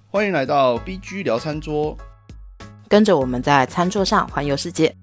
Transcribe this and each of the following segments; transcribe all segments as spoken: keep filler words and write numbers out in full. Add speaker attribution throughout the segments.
Speaker 1: 欢迎来到 B G 聊餐桌，
Speaker 2: 跟着我们在餐桌上环游世界。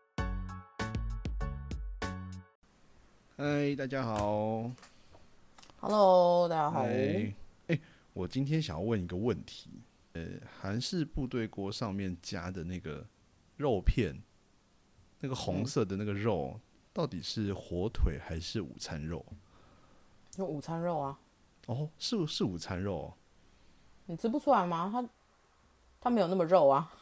Speaker 1: 嗨，大家好。
Speaker 2: Hello， 大家好。
Speaker 1: 哎、欸，我今天想要问一个问题，呃，韩式部队锅上面加的那个肉片，那个红色的那个肉，嗯、到底是火腿还是午餐肉？
Speaker 2: 有午餐肉啊。
Speaker 1: 哦，是是午餐肉、哦。
Speaker 2: 你吃不出来吗？它它没有那么肉啊。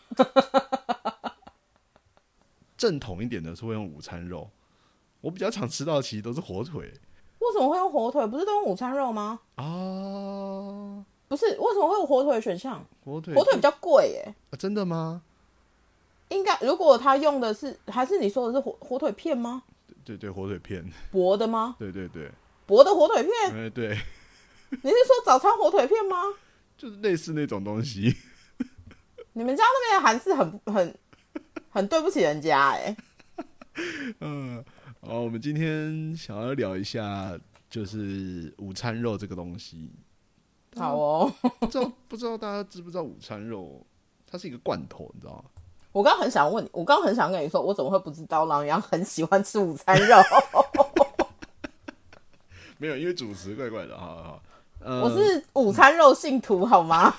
Speaker 1: 正统一点的是会用午餐肉，我比较常吃到的其实都是火腿。
Speaker 2: 为什么会用火腿？不是都用午餐肉吗？
Speaker 1: 啊，
Speaker 2: 不是，为什么会有火腿的选项？
Speaker 1: 火腿
Speaker 2: 火腿比较贵耶、
Speaker 1: 啊。真的吗？应
Speaker 2: 该，如果他用的是，还是你说的是 火, 火腿片吗？
Speaker 1: 对对对，火腿片。
Speaker 2: 薄的吗？
Speaker 1: 对对对，
Speaker 2: 薄的火腿片。
Speaker 1: 哎、欸，对。
Speaker 2: 你是说早餐火腿片吗？
Speaker 1: 就是类似那种东西。
Speaker 2: 你们家那边的韩式很很很对不起人家哎、欸。
Speaker 1: 嗯，好，我们今天想要聊一下，就是午餐肉这个东西。
Speaker 2: 好哦。
Speaker 1: 不知道不知道大家知不知道午餐肉？它是一个罐头，你知道吗？
Speaker 2: 我刚刚很想问你，我刚刚很想跟你说，我怎么会不知道狼羊很喜欢吃午餐肉？
Speaker 1: 没有，因为主持怪怪的，好好好。
Speaker 2: 呃、我是午餐肉信徒，好吗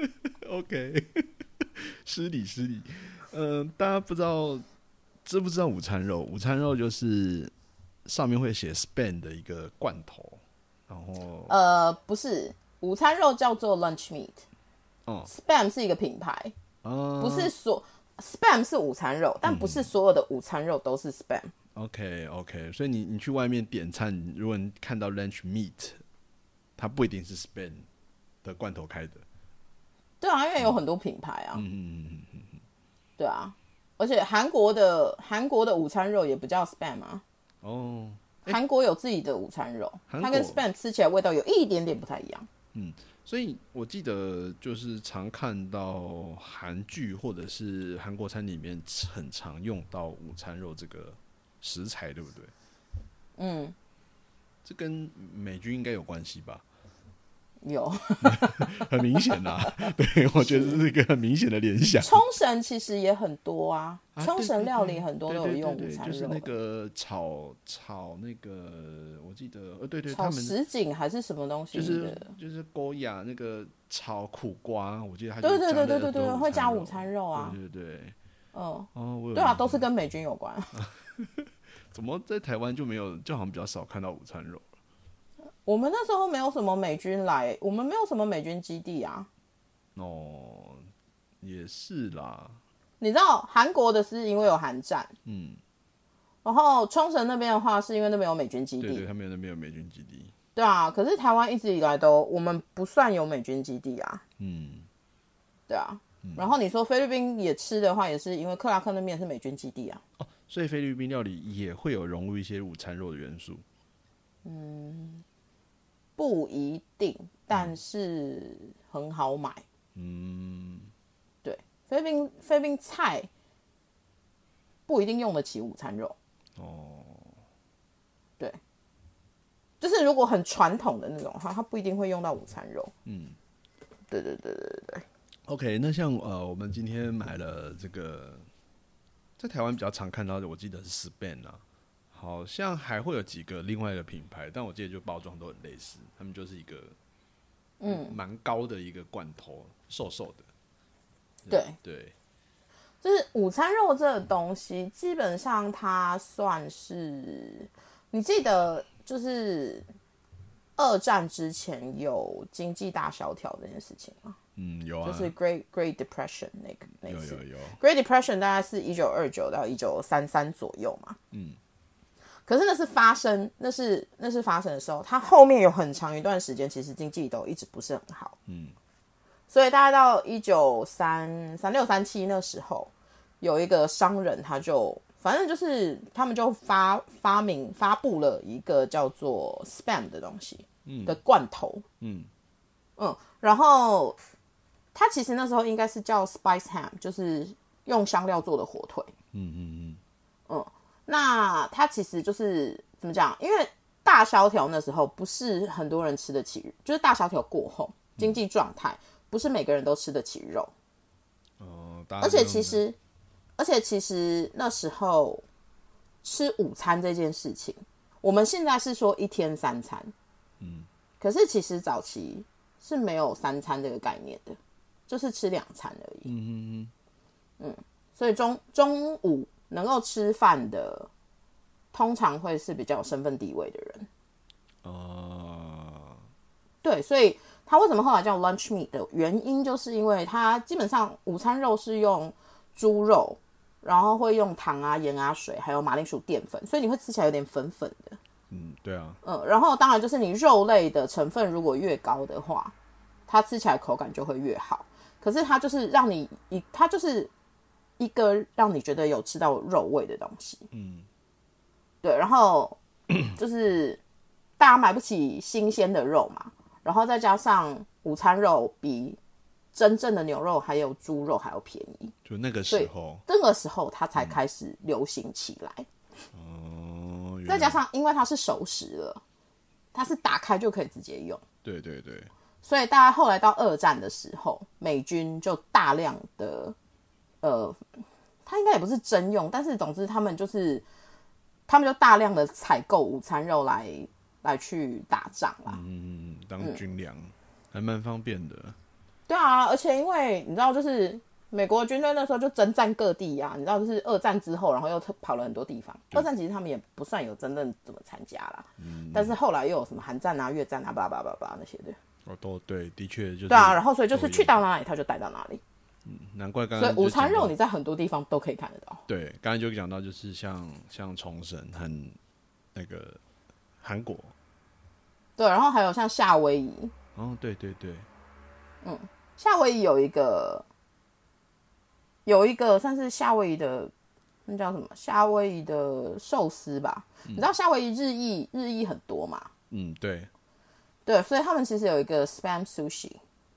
Speaker 1: ？OK， 失礼失礼。嗯、呃，大家不知道知不知道午餐肉？午餐肉就是上面会写 Spam 的一个罐头，然后
Speaker 2: 呃，不是，午餐肉叫做 lunch meat，
Speaker 1: 哦
Speaker 2: Spam 是一个品牌，
Speaker 1: 哦、
Speaker 2: 不是所 Spam 是午餐肉，但不是所有的午餐肉都是 Spam。OK
Speaker 1: OK， 所以你你去外面点餐，如果你看到 lunch meat， 它不一定是 Spam 的罐头开的。
Speaker 2: 对啊，因为有很多品牌啊。
Speaker 1: 嗯嗯嗯嗯嗯。
Speaker 2: 对啊，而且韩国的韩国的午餐肉也不叫 Spam 啊。
Speaker 1: 哦。
Speaker 2: 韩国有自己的午餐肉，它跟 Spam 吃起来味道有一点点不太一样。
Speaker 1: 嗯，所以我记得就是常看到韩剧或者是韩国餐里面很常用到午餐肉这个食材，对不对？
Speaker 2: 嗯，
Speaker 1: 这跟美军应该有关系吧？
Speaker 2: 有。
Speaker 1: 很明显啦。对，我觉得这是一个很明显的联想。
Speaker 2: 冲绳其实也很多啊，冲绳料理很多都有用午餐肉，
Speaker 1: 就是那个炒炒那个，我记得呃，对对，
Speaker 2: 炒什锦还是什么东西的，
Speaker 1: 就是就是勾雅那个炒苦瓜，我记得他
Speaker 2: 对对对对对对，会加午餐肉啊，
Speaker 1: 对对对，
Speaker 2: 嗯，
Speaker 1: 哦，我有
Speaker 2: 对啊，都是跟美军有关。
Speaker 1: 怎么在台湾就没有，就好像比较少看到午餐肉？
Speaker 2: 我们那时候没有什么美军来，我们没有什么美军基地啊。
Speaker 1: 哦，也是啦。
Speaker 2: 你知道韩国的是因为有韩战，嗯，然后冲绳那边的话是因为那边有美军基地，
Speaker 1: 对对，他们那边有美军基地。
Speaker 2: 对啊，可是台湾一直以来都我们不算有美军基地啊，嗯，对啊。嗯、然后你说菲律宾也吃的话，也是因为克拉克那边是美军基地啊。
Speaker 1: 哦，所以菲律宾料理也会有融入一些午餐肉的元素。
Speaker 2: 嗯。不一定，但是很好买。嗯，对，菲律宾菲律宾菜不一定用得起午餐肉。哦，对，就是如果很传统的那种话，它不一定会用到午餐肉。嗯，对对对对对。
Speaker 1: OK， 那像呃，我们今天买了这个，在台湾比较常看到的，我记得是 Spam 啊。好像还会有几个另外的品牌，但我记得就包装都很类似，他们就是一个嗯蛮高的一个罐头，瘦瘦的。
Speaker 2: 对
Speaker 1: 对，
Speaker 2: 就是午餐肉这个东西，基本上它算是，你记得就是二战之前有经济大萧条这件事情吗？
Speaker 1: 嗯，有啊，
Speaker 2: 就是 Great Great Depression 那个那次，
Speaker 1: 有有有
Speaker 2: Great Depression 大概是一九二九到一九三三左右嘛。嗯。可是那是发生，那是那是发生的时候，它后面有很长一段时间，其实经济都一直不是很好。嗯，所以大概到一九三三六三七那时候，有一个商人，他就反正就是他们就发发明发布了一个叫做 Spam 的东西，嗯，的罐头，嗯嗯，然后它其实那时候应该是叫 Spice Ham， 就是用香料做的火腿。嗯嗯嗯嗯。那它其实就是怎么讲？因为大萧条那时候不是很多人吃得起，就是大萧条过后经济状态不是每个人都吃得起肉。
Speaker 1: 哦、呃，
Speaker 2: 而且其实，而且其实那时候吃午餐这件事情，我们现在是说一天三餐，嗯，可是其实早期是没有三餐这个概念的，就是吃两餐而已。嗯嗯嗯，所以中中午能够吃饭的，通常会是比较有身份地位的人。哦、呃，对，所以它为什么后来叫 lunch meat 的原因，就是因为它基本上午餐肉是用猪肉，然后会用糖啊、盐啊、水，还有马铃薯淀粉，所以你会吃起来有点粉粉的。
Speaker 1: 嗯，对啊。
Speaker 2: 嗯，然后当然就是你肉类的成分如果越高的话，它吃起来口感就会越好。可是它就是让你一，它就是一个让你觉得有吃到肉味的东西。嗯，对，然后就是大家买不起新鲜的肉嘛，然后再加上午餐肉比真正的牛肉还有猪肉还要便宜，
Speaker 1: 就那个时候，
Speaker 2: 那个时候它才开始流行起来。哦、嗯，再加上因为它是熟食了，它是打开就可以直接用。
Speaker 1: 对对对。
Speaker 2: 所以大家后来到二战的时候，美军就大量的，呃，它应该也不是征用，但是总之他们就是，他们就大量的采购午餐肉来来去打仗啦。
Speaker 1: 嗯，当军粮、嗯、还蛮方便的。
Speaker 2: 对啊，而且因为你知道，就是美国军队那时候就征战各地啊，你知道，就是二战之后，然后又跑了很多地方。二战其实他们也不算有真正怎么参加啦，嗯、但是后来又有什么韩战啊、越战啊、巴拉巴拉巴拉那些的。
Speaker 1: 哦，都对，的确就是。
Speaker 2: 对啊，然后所以就是去到哪里他就带到哪里。
Speaker 1: 嗯，难怪刚刚。
Speaker 2: 所以午餐肉你在很多地方都可以看得到。
Speaker 1: 对，刚才就讲到就是像像冲绳和那个韩国。
Speaker 2: 对，然后还有像夏威夷。
Speaker 1: 哦，对对对。
Speaker 2: 嗯，夏威夷有一个有一个算是夏威夷的，那叫什么？夏威夷的寿司吧。嗯、你知道夏威夷日裔日裔很多嘛？
Speaker 1: 嗯，对。
Speaker 2: 对，所以他们其实有一个 spam sushi，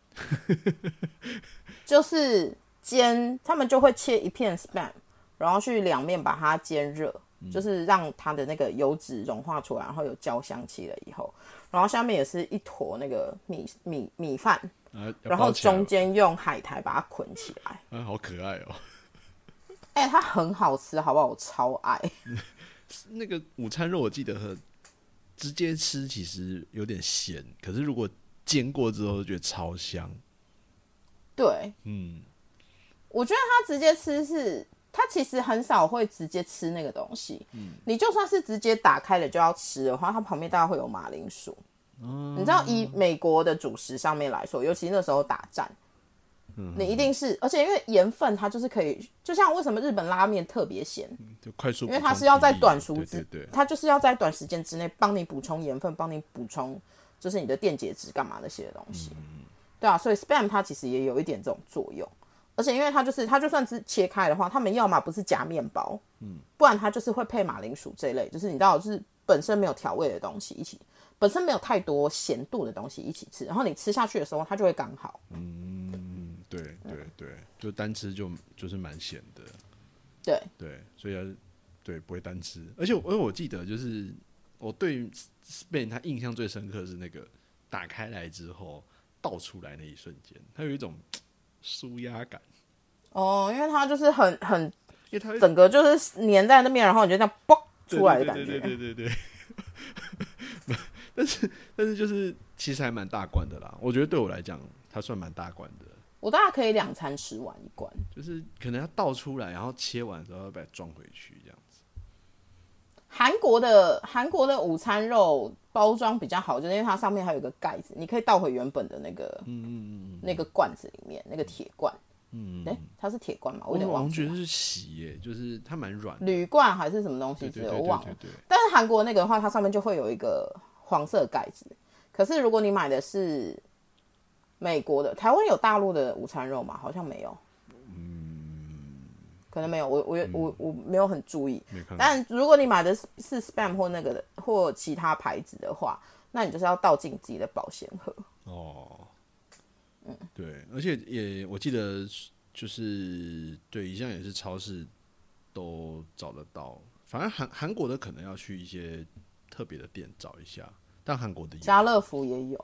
Speaker 2: 就是煎，他们就会切一片 spam， 然后去两面把它煎热，嗯、就是让它的那个油脂融化出来，然后有焦香气了以后，然后下面也是一坨那个米米米饭，啊、然后中间用海苔把它捆起来。
Speaker 1: 啊，好可爱哦！
Speaker 2: 哎、欸，它很好吃，好不好？我超爱。
Speaker 1: 那个午餐肉，我记得很。直接吃其实有点咸，可是如果煎过之后，就觉得超香。
Speaker 2: 对，嗯，我觉得它直接吃是，它其实很少会直接吃那个东西。嗯，你就算是直接打开了就要吃的话，它旁边大概会有马铃薯。嗯，你知道，以美国的主食上面来说，尤其那时候打战，嗯、你一定是，而且因为盐分它就是可以，就像为什么日本拉面特别咸，
Speaker 1: 就快速，
Speaker 2: 因为它是要在短时
Speaker 1: 间，
Speaker 2: 它就是要在短时间之内帮你补充盐分，帮你补充就是你的电解质干嘛那些的东西，嗯、对啊，所以 spam 它其实也有一点这种作用，而且因为它就是它就算是切开的话，他们要么不是夹面包，嗯，不然它就是会配马铃薯这一类，就是你知道，就是本身没有调味的东西一起，本身没有太多咸度的东西一起吃，然后你吃下去的时候，它就会刚好，嗯。
Speaker 1: 对对对，就单吃就就是蛮咸的，
Speaker 2: 对
Speaker 1: 对，所以要对不会单吃，而且我因为我记得就是我对 Spain 它印象最深刻的是那个打开来之后倒出来那一瞬间，它有一种舒压感。
Speaker 2: 哦，因为它就是很很，
Speaker 1: 因为它
Speaker 2: 整个就是粘在那边，然后你就这样啵出来的感觉。
Speaker 1: 对对对对对对。但是但是就是其实还蛮大罐的啦，我觉得对我来讲它算蛮大罐的。
Speaker 2: 我大概可以两餐吃完一罐，
Speaker 1: 就是可能要倒出来，然后切完之后要把它装回去这样子。
Speaker 2: 韩国的韩国的午餐肉包装比较好，就是因为它上面还有个盖子，你可以倒回原本的那个嗯嗯嗯那个罐子里面，那个铁罐。嗯，哎、欸，它是铁罐吗？我有点忘记了。
Speaker 1: 我觉得是锡耶，就是它蛮软。
Speaker 2: 铝罐还是什么东西之类，我忘了。但是韩国那个的话，它上面就会有一个黄色盖子。可是如果你买的是美国的，台湾有大陆的午餐肉吗？好像没有，嗯，可能没有，我我、嗯、我我没有很注意。但如果你买的是 spam 或那个的或其他牌子的话，那你就是要倒进自己的保鲜盒。哦，
Speaker 1: 嗯，对，而且也我记得就是对，一向也是超市都找得到，反正韩韩国的可能要去一些特别的店找一下，但韩国的
Speaker 2: 家乐福也有。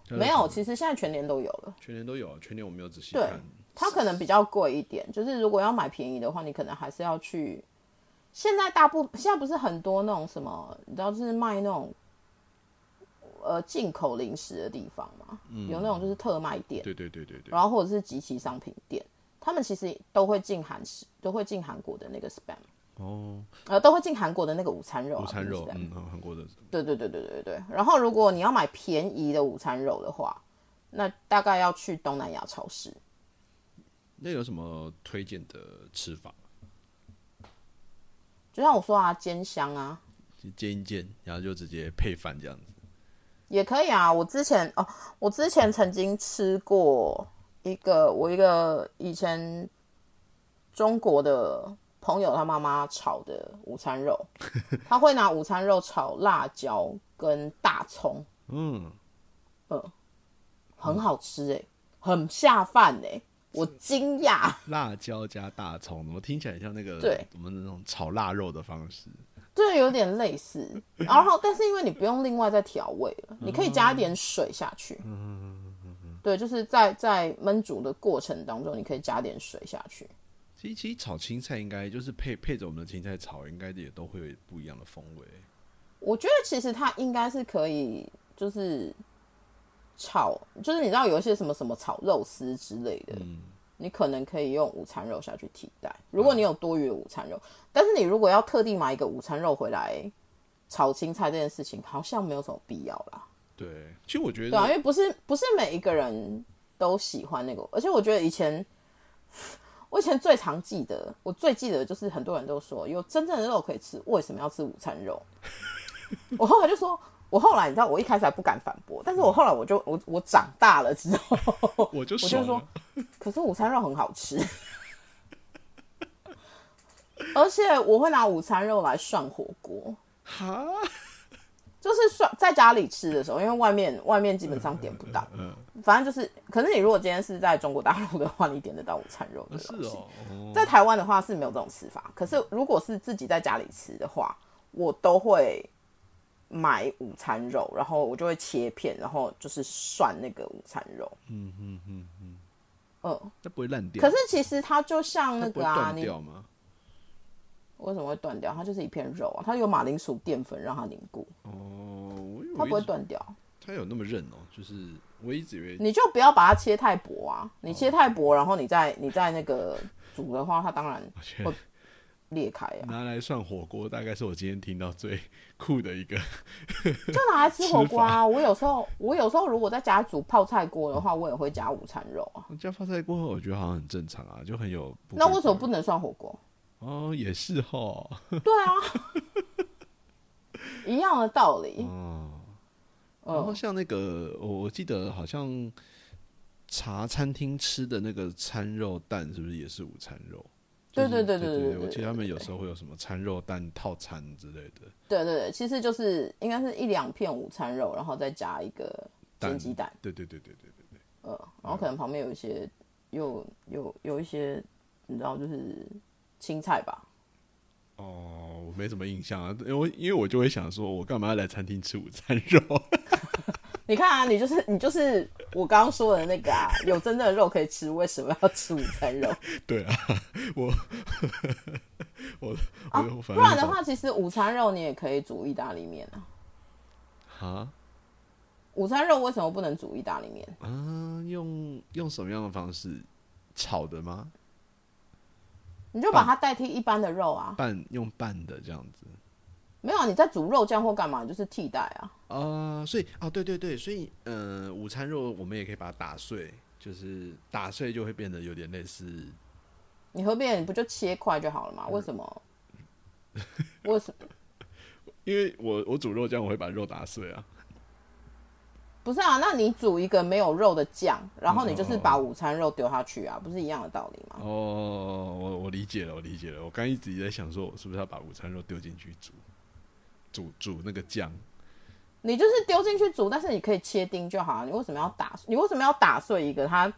Speaker 2: 没有，其实现在全年都有了，
Speaker 1: 全年都有，全年我没有仔细
Speaker 2: 对
Speaker 1: 看。
Speaker 2: 它可能比较贵一点，就是如果要买便宜的话，你可能还是要去。现在大部现在不是很多那种什么，你知道，就是卖那种呃进口零食的地方嘛，嗯、有那种就是特卖店，
Speaker 1: 对对对对对，
Speaker 2: 然后或者是集齐商品店，他们其实都会进韩食，都会进韩国的那个 spam。哦，呃，都会进韩国的那个午餐肉、啊，
Speaker 1: 午餐肉，嗯，韩国的，
Speaker 2: 对对对对对对。然后，如果你要买便宜的午餐肉的话，那大概要去东南亚超市。
Speaker 1: 那有什么推荐的吃法？
Speaker 2: 就像我说啊，煎香啊，
Speaker 1: 煎一煎，然后就直接配饭这样子，
Speaker 2: 也可以啊。我之前哦，我之前曾经吃过一个，我一个以前中国的朋友他妈妈炒的午餐肉，他会拿午餐肉炒辣椒跟大葱，嗯嗯，很好吃哎、欸，很下饭哎、欸，我惊讶。
Speaker 1: 辣椒加大葱，怎么听起来像那个
Speaker 2: 对
Speaker 1: 我们那种炒腊肉的方式？
Speaker 2: 对，有点类似。然后，但是因为你不用另外再调味了，你可以加一点水下去。嗯对，就是在在焖煮的过程当中，你可以加点水下去。
Speaker 1: 其实，其实炒青菜应该就是配配着我们的青菜炒，应该也都会有不一样的风味。
Speaker 2: 我觉得其实它应该是可以，就是炒，就是你知道有一些什么什么炒肉丝之类的，嗯、你可能可以用午餐肉下去替代。如果你有多余的午餐肉，嗯、但是你如果要特地买一个午餐肉回来炒青菜这件事情，好像没有什么必要啦。
Speaker 1: 对，其实我觉得，
Speaker 2: 对啊，因为不是不是每一个人都喜欢那个，而且我觉得以前。我以前最常记得，我最记得就是很多人都说有真正的肉可以吃，为什么要吃午餐肉？我后来就说，我后来你知道，我一开始还不敢反驳，但是我后来我就我我长大了之后，
Speaker 1: 我就爽了。
Speaker 2: 我就说，可是午餐肉很好吃，而且我会拿午餐肉来涮火锅。哈。就是涮在家里吃的时候，因为外面外面基本上点不到，嗯嗯、反正就是，可是你如果今天是在中国大陆的话，你点得到午餐肉的东西。是哦，哦在台湾的话是没有这种吃法，可是如果是自己在家里吃的话，我都会买午餐肉，然后我就会切片，然后就是涮那个午餐肉。嗯嗯嗯嗯，嗯，
Speaker 1: 那不会烂掉？
Speaker 2: 可是其实它就像那个啊，
Speaker 1: 断掉吗？
Speaker 2: 为什么会断掉？它就是一片肉啊，它有马铃薯淀粉让它凝固。哦，它不会断掉。
Speaker 1: 它有那么韧哦？就是我一直以为
Speaker 2: 你就不要把它切太薄啊，你切太薄，然后你再你再那个煮的话，它当然会裂开啊。
Speaker 1: 拿来涮火锅，大概是我今天听到最酷的一个。
Speaker 2: 就拿来吃火锅啊！我有时候我有时候如果在家煮泡菜锅的话，我也会加午餐肉啊。
Speaker 1: 加泡菜锅我觉得好像很正常啊，就很有。
Speaker 2: 那为什么不能涮火锅？
Speaker 1: 哦，也是齁。
Speaker 2: 对啊，一样的道理。哦。
Speaker 1: 然后像那个，我记得好像茶餐厅吃的那个餐肉蛋，是不是也是午餐肉？
Speaker 2: 对对对对对，
Speaker 1: 我记得他们有时候会有什么餐肉蛋套餐之类的。
Speaker 2: 对对对，其实就是应该是一两片午餐肉，然后再加一个煎鸡蛋。
Speaker 1: 对对对对对对对。
Speaker 2: 呃，然后可能旁边有一些，有有有一些，你知道，就是青菜吧。
Speaker 1: 哦，我没什么印象啊，因为因为我就会想说，我干嘛要来餐厅吃午餐肉？
Speaker 2: 你看啊，你就是你就是我刚刚说的那个啊，有真正的肉可以吃，为什么要吃午餐肉？
Speaker 1: 对啊，我我
Speaker 2: 啊，不然的话，其实午餐肉你也可以煮意大利面啊。哈？午餐肉为什么不能煮意大利面？
Speaker 1: 啊，用用什么样的方式？炒的吗？
Speaker 2: 你就把它代替一般的肉啊，
Speaker 1: 拌用拌的这样子。
Speaker 2: 没有，你在煮肉酱或干嘛，就是替代啊。
Speaker 1: 呃，所以哦，对对对，所以呃，午餐肉我们也可以把它打碎，就是打碎就会变得有点类似。
Speaker 2: 你何必你不就切块就好了嘛？为什么？为什么？
Speaker 1: 因为我我煮肉酱我会把肉打碎啊。
Speaker 2: 不是啊，那你煮一个没有肉的酱，然后你就是把午餐肉丢下去啊，不是一样的道理吗？
Speaker 1: 哦，我我理解了，我理解了。我刚一直在想说，我是不是要把午餐肉丢进去煮，煮煮那个酱？
Speaker 2: 你就是丢进去煮，但是你可以切丁就好啊。你为什么要打？你为什么要打碎一个它？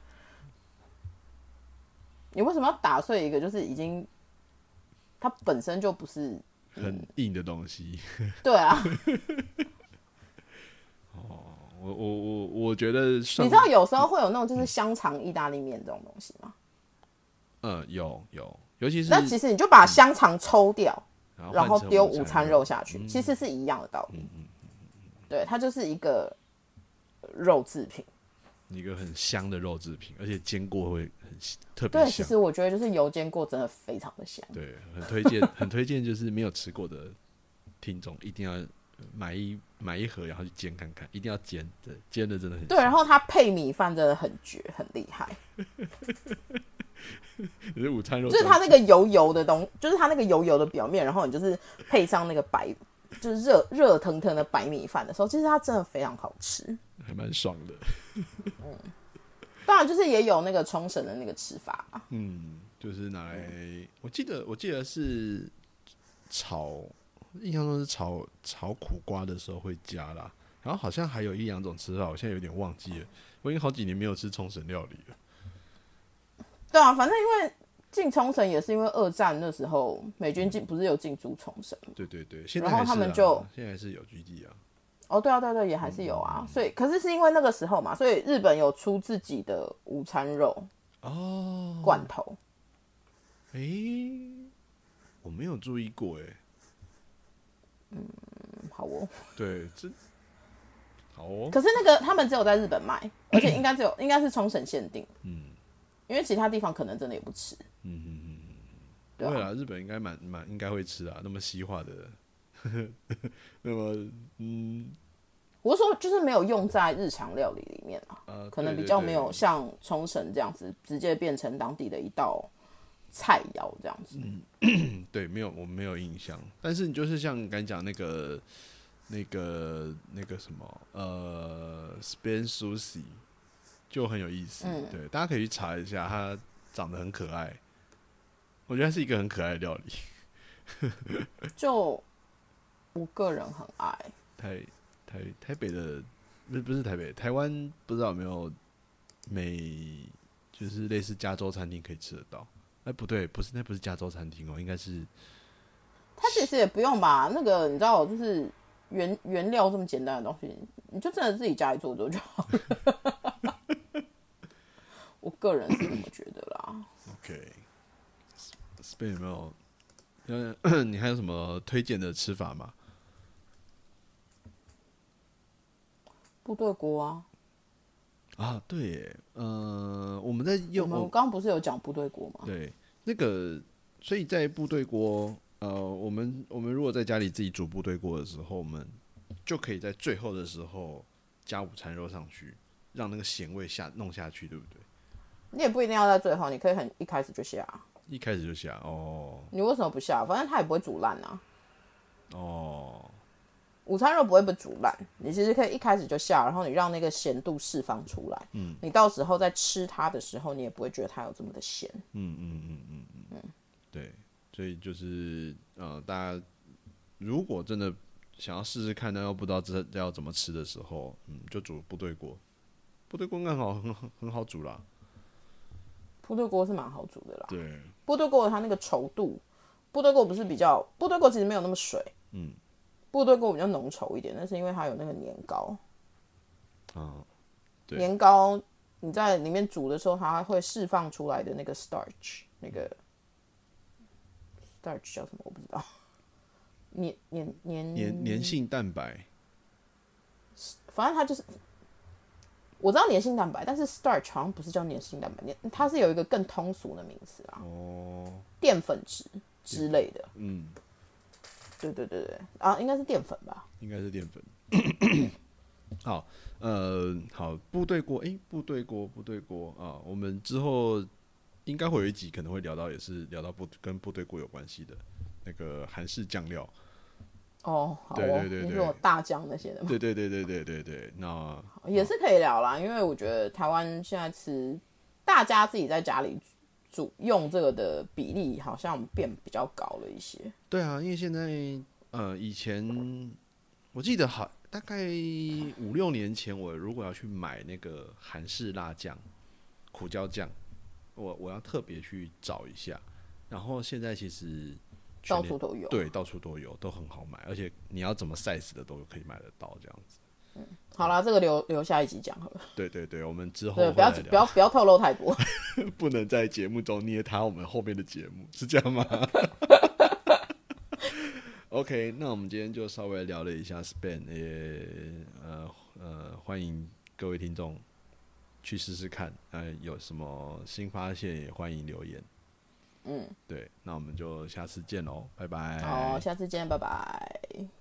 Speaker 2: 你为什么要打碎一个就是已经它本身就不是、
Speaker 1: 嗯、很硬的东西？
Speaker 2: 对啊。
Speaker 1: 哦， 我我我我觉得你
Speaker 2: 知道有时候会有那种就是香肠意大利面这种东西吗？
Speaker 1: 嗯，有有，尤其是
Speaker 2: 那其实你就把香肠抽掉，
Speaker 1: 嗯、
Speaker 2: 然后丢午餐肉下去，
Speaker 1: 嗯、
Speaker 2: 其实是一样的道理。
Speaker 1: 嗯嗯嗯
Speaker 2: 嗯、对，它就是一个肉制品，
Speaker 1: 一个很香的肉制品，而且煎过会很特别香。
Speaker 2: 对，其实我觉得就是油煎过真的非常的香。
Speaker 1: 对，很推荐，很推荐，就是没有吃过的听众一定要买一买一盒，然后去煎看看，一定要煎，对，煎的真的很香。
Speaker 2: 对，然后它配米饭真的很绝，很厉害。
Speaker 1: 你是午餐肉，
Speaker 2: 就是它那个油油的东，就是它那个油油的表面，然后你就是配上那个白，就是热热腾腾的白米饭的时候，其实它真的非常好吃，
Speaker 1: 还蛮爽的。
Speaker 2: 嗯，当然就是也有那个冲绳的那个吃法啊，
Speaker 1: 嗯，就是拿来，我记得我记得是炒，印象中是炒炒苦瓜的时候会加啦，然后好像还有一两种吃法，我现在有点忘记了，我已经好几年没有吃冲绳料理了。
Speaker 2: 对啊，反正因为进冲绳也是因为二战那时候美军进不是有进驻冲绳，
Speaker 1: 对对对，现在还是、啊、
Speaker 2: 然后他们就
Speaker 1: 现在还是有基地啊。
Speaker 2: 哦，对啊，对对，也还是有啊，所以可是是因为那个时候嘛，所以日本有出自己的午餐肉
Speaker 1: 哦
Speaker 2: 罐头。
Speaker 1: 哎、欸，我没有注意过哎。
Speaker 2: 嗯，好哦。
Speaker 1: 对，这好哦。
Speaker 2: 可是那个他们只有在日本卖，而且应该只有应该是冲绳限定。嗯。因为其他地方可能真的也不吃。嗯嗯嗯。
Speaker 1: 对啊，啦，日本应该蛮蛮应该会吃啊，那么西化的，那么嗯。
Speaker 2: 我说就是没有用在日常料理里面啊，呃、可能比较没有像冲绳这样子直接变成当地的一道菜肴这样子。
Speaker 1: 嗯，对，没有，我没有印象。但是你就是像刚才讲那个、那个、那个什么，呃 ，Spain Sushi 就很有意思。嗯、对，大家可以去查一下，它长得很可爱。我觉得它是一个很可爱的料理。
Speaker 2: 就我个人很爱。
Speaker 1: 台台台北的不是不是台北，台湾不知道有没有美，就是类似加州餐厅可以吃得到。哎，不对，不是，那不是加州餐厅哦，应该是。
Speaker 2: 它其实也不用吧，那个你知道，就是原原料这么简单的东西，你就真的自己家里做做就好了。我个人是这么觉得啦。
Speaker 1: OK，Spain 有没有？你还有什么推荐的吃法吗？
Speaker 2: 部队锅啊。
Speaker 1: 啊，对耶，呃，我们在用，
Speaker 2: 我们刚刚不是有讲部队锅吗？
Speaker 1: 对，那个，所以在部队锅，呃，我们我们如果在家里自己煮部队锅的时候，我们就可以在最后的时候加午餐肉上去，让那个咸味下弄下去，对不对？
Speaker 2: 你也不一定要在最后，你可以很一开始就下。
Speaker 1: 一开始就下哦。
Speaker 2: 你为什么不下？反正它也不会煮烂啊。
Speaker 1: 哦。
Speaker 2: 午餐肉不会被煮烂，你其实可以一开始就下，然后你让那个咸度释放出来，嗯，你到时候在吃它的时候，你也不会觉得它有这么的咸。
Speaker 1: 嗯嗯嗯嗯嗯，对，所以就是呃，大家如果真的想要试试看，但又不知道这要怎么吃的时候，嗯，就煮部队锅，部队锅应该很好很好很好煮啦。
Speaker 2: 部队锅是蛮好煮的啦，
Speaker 1: 对，
Speaker 2: 部队锅它那个稠度，部队锅不是比较，部队锅其实没有那么水，嗯。部队锅比较浓稠一点，那是因为它有那个年糕。
Speaker 1: 啊，对，
Speaker 2: 年糕你在里面煮的时候，它会释放出来的那个 starch， 那个 starch 叫什么我不知道，粘粘粘
Speaker 1: 粘粘性蛋白，
Speaker 2: 反正它就是我知道粘性蛋白，但是 starch 好像不是叫粘性蛋白，它是有一个更通俗的名词啊，哦，淀粉质之类的，嗯。对对对对啊，应该是淀粉吧？
Speaker 1: 应该是淀粉。好，呃，好，部队锅，哎、欸，部队锅，部队锅啊，我们之后应该会有一集可能会聊到，也是聊到部跟部队锅有关系的那个韩式酱料。
Speaker 2: 哦，好哦，
Speaker 1: 对对对对，
Speaker 2: 你说大酱那些的吗？
Speaker 1: 对对对对对对对，那
Speaker 2: 也是可以聊啦，因为我觉得台湾现在吃，大家自己在家里煮用这个的比例好像变比较高了一些。
Speaker 1: 对啊，因为现在呃，以前我记得好大概五六年前，我如果要去买那个韩式辣酱、苦椒酱，我我要特别去找一下。然后现在其实
Speaker 2: 到处都有，
Speaker 1: 对，到处都有，都很好买，而且你要怎么 size 的都可以买得到，这样子。
Speaker 2: 好啦，这个留留下一集讲好了。
Speaker 1: 对对对，我们之后
Speaker 2: 对，不要不要不要透露太多，
Speaker 1: 不能在节目中捏他我们后面的节目，是这样吗？OK， 那我们今天就稍微聊了一下 Span， 也呃呃欢迎各位听众去试试看，呃有什么新发现也欢迎留言。嗯，对，那我们就下次见喽，拜拜。
Speaker 2: 好，下次见，拜拜。